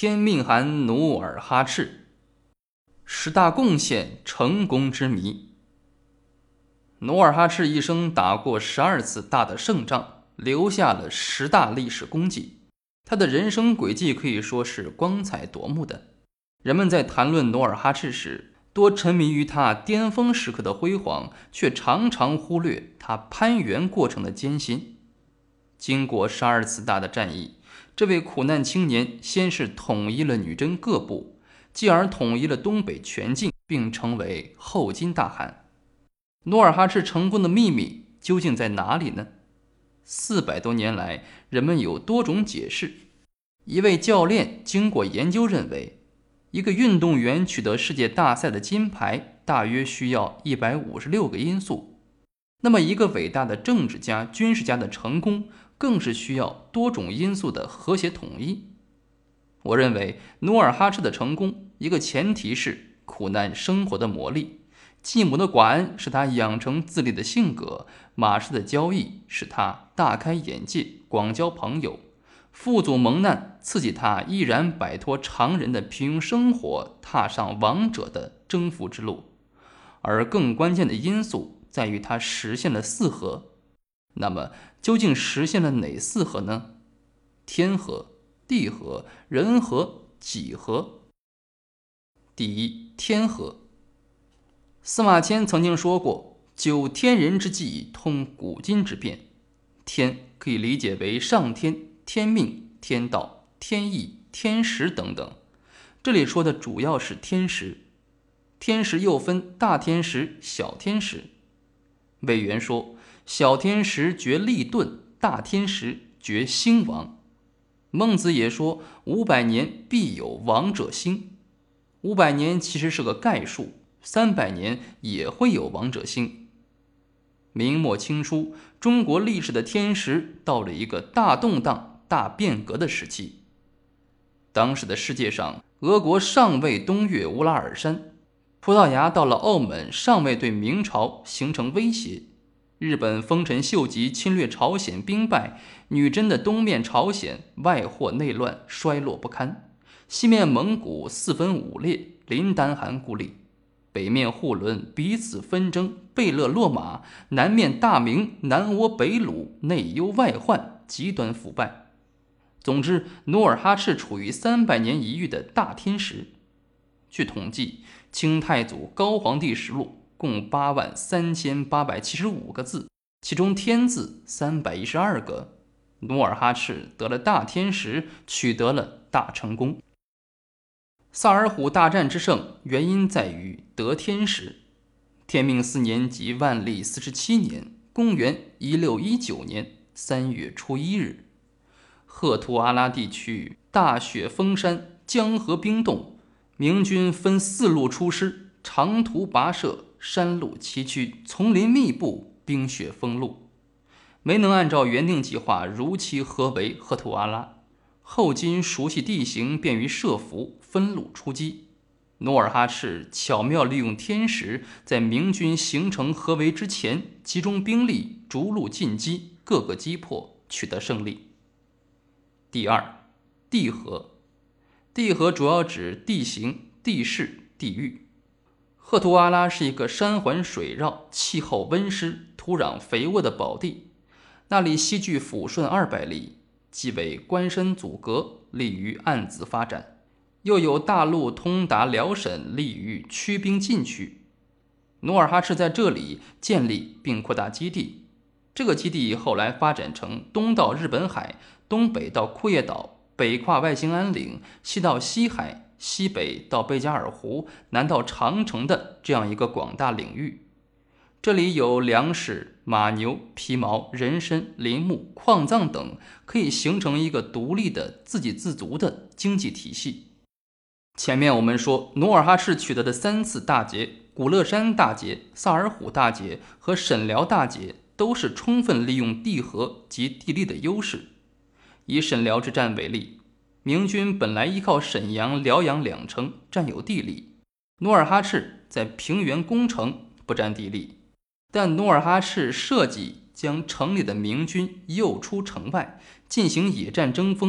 天命汗努尔哈赤，10大贡献成功之谜。努尔哈赤一生打过12次大的胜仗，留下了10大历史功绩。他的人生轨迹可以说是光彩夺目的。人们在谈论努尔哈赤时，多沉迷于他巅峰时刻的辉煌，却常常忽略他攀援过程的艰辛。经过12次大的战役，这位苦难青年先是统一了女真各部，继而统一了东北全境，并成为后金大汗。努尔哈赤成功的秘密究竟在哪里呢？400多年来，人们有多种解释。一位教练经过研究认为，一个运动员取得世界大赛的金牌大约需要156个因素。那么一个伟大的政治家、军事家的成功更是需要多种因素的和谐统一。我认为努尔哈赤的成功，一个前提是苦难生活的磨砺。继母的寡恩使他养成自立的性格，马氏的交易使他大开眼界，广交朋友，父祖蒙难刺激他毅然摆脱常人的平庸生活，踏上王者的征服之路。而更关键的因素在于他实现了4和。那么究竟实现了哪4和呢？天和、地和、人和、己和。第一，天和。司马迁曾经说过，究天人之际，通古今之变。天可以理解为上天、天命、天道、天意、天时等等，这里说的主要是天时。天时又分大天时、小天时。魏源说，小天时决立顿，大天时决兴亡。孟子也说500年必有王者兴。500年其实是个概数，300年也会有王者兴。明末清初，中国历史的天时到了一个大动荡、大变革的时期。当时的世界上，俄国尚未东越乌拉尔山，葡萄牙到了澳门尚未对明朝形成威胁，日本丰臣秀吉侵略朝鲜兵败，女真的东面朝鲜外患内乱，衰落不堪，西面蒙古4分5裂，林丹汗孤立，北面护伦彼此纷争，贝勒落马，南面大明南倭北虏，内忧外患，极端腐败。总之，努尔哈赤处于300年一遇的大天时。据统计，清太祖高皇帝实录共83875个字，其中天字312个。努尔哈赤得了大天时，取得了大成功。萨尔浒大战之胜，原因在于得天时。天命4年即万历47年，公元1619年3月初1日，赫图阿拉地区大雪封山，江河冰冻，明军分4路出师，长途跋涉，山路崎岖，丛林密布，冰雪封路，没能按照原定计划如期合围赫图阿拉。后金熟悉地形，便于设伏，分路出击。努尔哈赤巧妙利用天时，在明军形成合围之前，集中兵力，逐路进击，各个击破，取得胜利。第二，地和。地和主要指地形、地势、地域。赫图阿拉是一个山环水绕、气候温湿、土壤肥沃的宝地，那里西距抚顺200里，既为关山阻隔，利于岸子发展，又有大路通达辽沈，利于驱兵进去。努尔哈赤在这里建立并扩大基地，这个基地后来发展成东到日本海，东北到库页岛，北跨外兴安岭，西到西海，西北到贝加尔湖，南到长城的这样一个广大领域。这里有粮食、马牛、皮毛、人参、林木、矿藏等，可以形成一个独立的自给自足的经济体系。前面我们说，努尔哈赤取得的3次大捷，古勒山大捷、萨尔浒大捷和沈辽大捷，都是充分利用地和及地利的优势。以沈辽之战为例，明军本来依靠沈阳、辽阳2城占有地利，努尔哈赤在平原攻城，不占地利。但努尔哈赤设计将城里的明军诱出城外，进行野战争锋，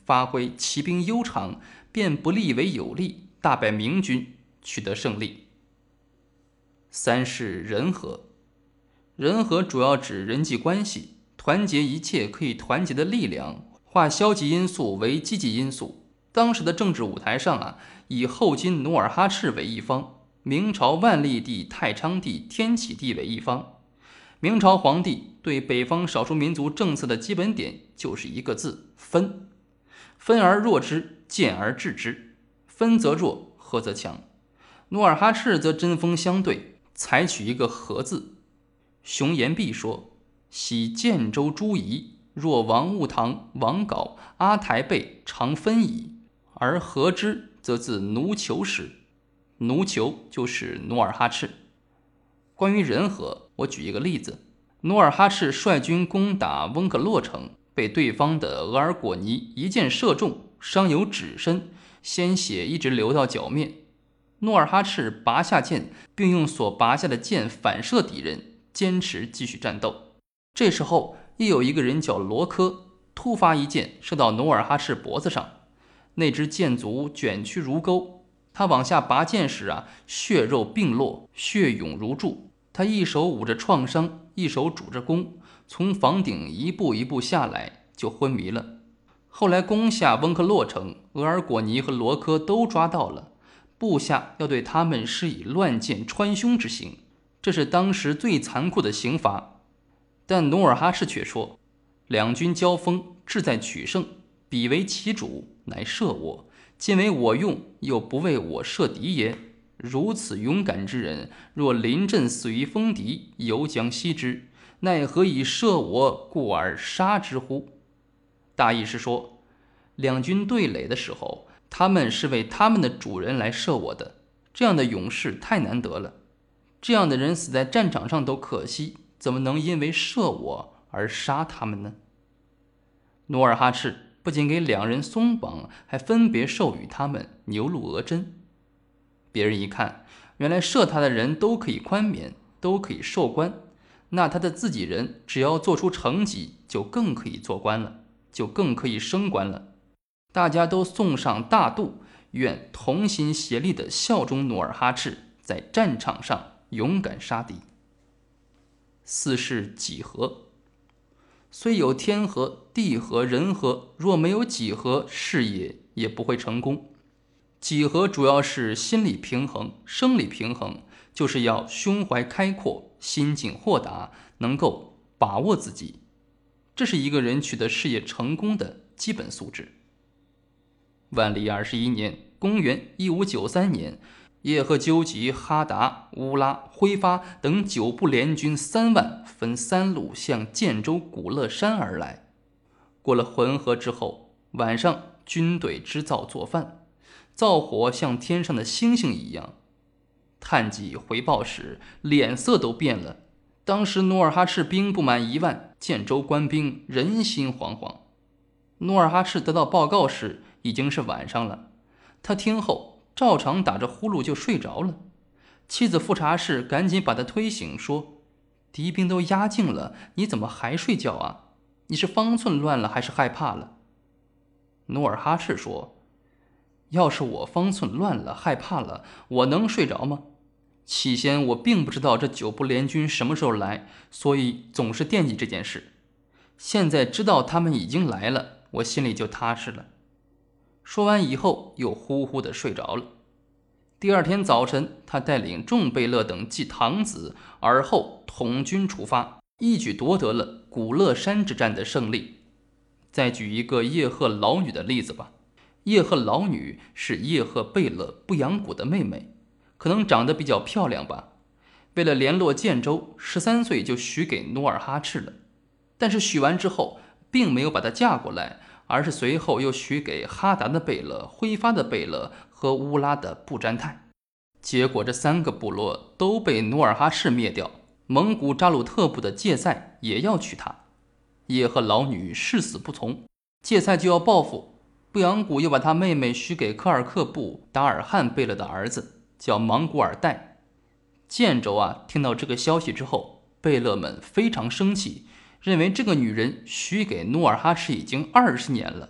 发挥骑兵悠长，变不利为有利，大败明军，取得胜利。三是人和。人和主要指人际关系，团结一切可以团结的力量，化消极因素为积极因素。当时的政治舞台上以后金努尔哈赤为一方，明朝万历帝、太昌帝、天启帝为一方。明朝皇帝对北方少数民族政策的基本点就是一个字：分。分而弱之，见而治之。分则弱，和则强。努尔哈赤则针锋相对，采取一个和字。熊延弼说：昔建州诸夷，若王务堂、王杲、阿台贝常分矣，而和之，则自奴酋始。奴酋就是努尔哈赤。关于人和，我举一个例子：努尔哈赤率军攻打温克洛城，被对方的额尔果尼一箭射中，伤有指身，鲜血一直流到脚面。努尔哈赤拔下剑，并用所拔下的剑反射敌人，坚持继续战斗。这时候又有一个人叫罗科，突发一箭射到努尔哈赤脖子上，那只箭足卷曲如钩。他往下拔剑时血肉并落，血涌如注。他一手捂着创伤，一手拄着弓，从房顶一步一步下来，就昏迷了。后来攻下温克洛城，额尔果尼和罗科都抓到了，部下要对他们施以乱箭穿胸之刑，这是当时最残酷的刑罚。但努尔哈赤却说：两军交锋，志在取胜，彼为其主，乃射我，今为我用，又不为我射敌也。如此勇敢之人，若临阵死于锋敌，犹将惜之，奈何以射我，故而杀之乎？大意是说，两军对垒的时候，他们是为他们的主人来射我的，这样的勇士太难得了。这样的人死在战场上都可惜，怎么能因为射我而杀他们呢？努尔哈赤不仅给两人松绑，还分别授予他们牛鹿额真。别人一看，原来射他的人都可以宽免，都可以授官，那他的自己人只要做出成绩，就更可以做官了，就更可以升官了。大家都送上大度，愿同心协力地效忠努尔哈赤，在战场上勇敢杀敌。四是几何。虽有天和、地和、人和，若没有几何，事业也不会成功。几何主要是心理平衡、生理平衡，就是要胸怀开阔，心境豁达，能够把握自己，这是一个人取得事业成功的基本素质。万历21年，公元1593年，叶赫纠集哈达、乌拉、辉发等9部联军3万，分3路向建州古勒山而来。过了浑河之后，晚上军队织灶做饭，灶火像天上的星星一样。探计回报时，脸色都变了。当时努尔哈赤兵不满1万，建州官兵人心惶惶。努尔哈赤得到报告时，已经是晚上了。他听后照常打着呼噜就睡着了。妻子富察氏赶紧把他推醒，说：敌兵都压境了，你怎么还睡觉啊？你是方寸乱了还是害怕了？努尔哈赤说：要是我方寸乱了害怕了，我能睡着吗？起先我并不知道这9部联军什么时候来，所以总是惦记这件事。现在知道他们已经来了，我心里就踏实了。说完以后又呼呼地睡着了。第二天早晨，他带领众贝勒等继堂子，而后统军出发，一举夺得了古勒山之战的胜利。再举一个叶赫老女的例子吧。叶赫老女是叶赫贝勒不扬古的妹妹，可能长得比较漂亮吧。为了联络建州，13岁就许给努尔哈赤了。但是许完之后，并没有把她嫁过来，而是随后又许给哈达的贝勒、辉发的贝勒和乌拉的布占泰。结果这3个部落都被努尔哈赤灭掉。蒙古扎鲁特部的介塞也要娶她，叶赫老女誓死不从，介塞就要报复。布扬古又把他妹妹许给科尔克部达尔汉贝勒的儿子，叫莽古尔代。建州听到这个消息之后，贝勒们非常生气，认为这个女人许给努尔哈赤已经20年了，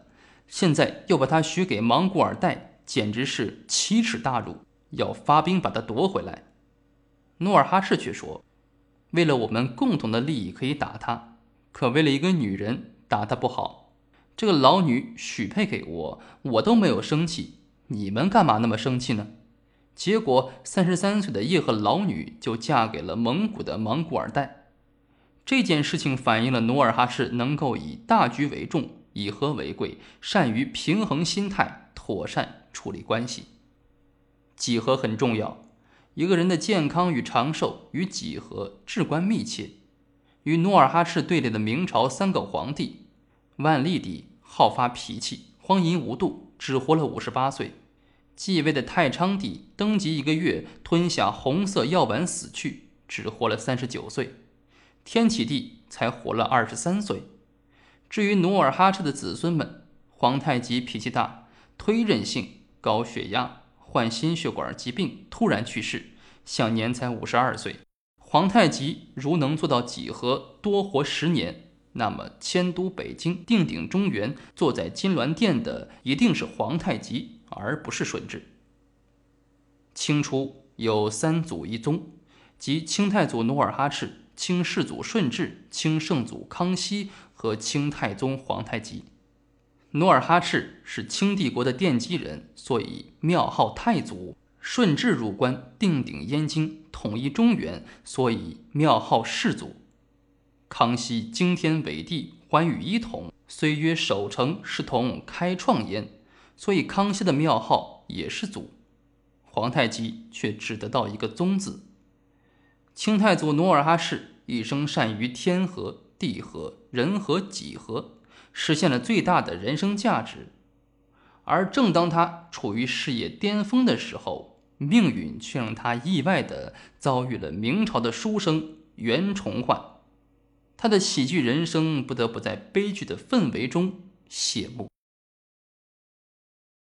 现在又把他许给莽古尔代，简直是奇耻大辱，要发兵把他夺回来。努尔哈赤却说，为了我们共同的利益可以打他，可为了一个女人打他不好。这个老女许配给我，我都没有生气，你们干嘛那么生气呢？结果33岁的叶赫老女就嫁给了蒙古的莽古尔代。这件事情反映了努尔哈赤能够以大局为重，以和为贵，善于平衡心态，妥善处理关系。几何很重要，一个人的健康与长寿与几何至关密切。与努尔哈赤对立的明朝3个皇帝，万历帝好发脾气，荒淫无度，只活了58岁。继位的太昌帝登基1个月，吞下红色药丸死去，只活了39岁。天启帝才活了23岁。至于努尔哈赤的子孙们，皇太极脾气大，忒任性，高血压，患心血管疾病，突然去世，享年才52岁。皇太极如能做到几何多活10年，那么迁都北京，定鼎中原，坐在金銮殿的一定是皇太极，而不是顺治。清初有3祖1宗，即清太祖努尔哈赤、清世祖顺治、清圣祖康熙和清太宗皇太极。努尔哈赤是清帝国的奠基人，所以庙号太祖。顺治入关，定鼎燕京，统一中原，所以庙号世祖。康熙惊天伟地，寰宇一统，虽曰守成，是同开创焉，所以康熙的庙号也是祖。皇太极却只得到一个宗字。清太祖努尔哈赤一生善于天和、地和、人和、己和，实现了最大的人生价值。而正当他处于事业巅峰的时候，命运却让他意外地遭遇了明朝的书生袁崇焕，他的喜剧人生不得不在悲剧的氛围中谢幕。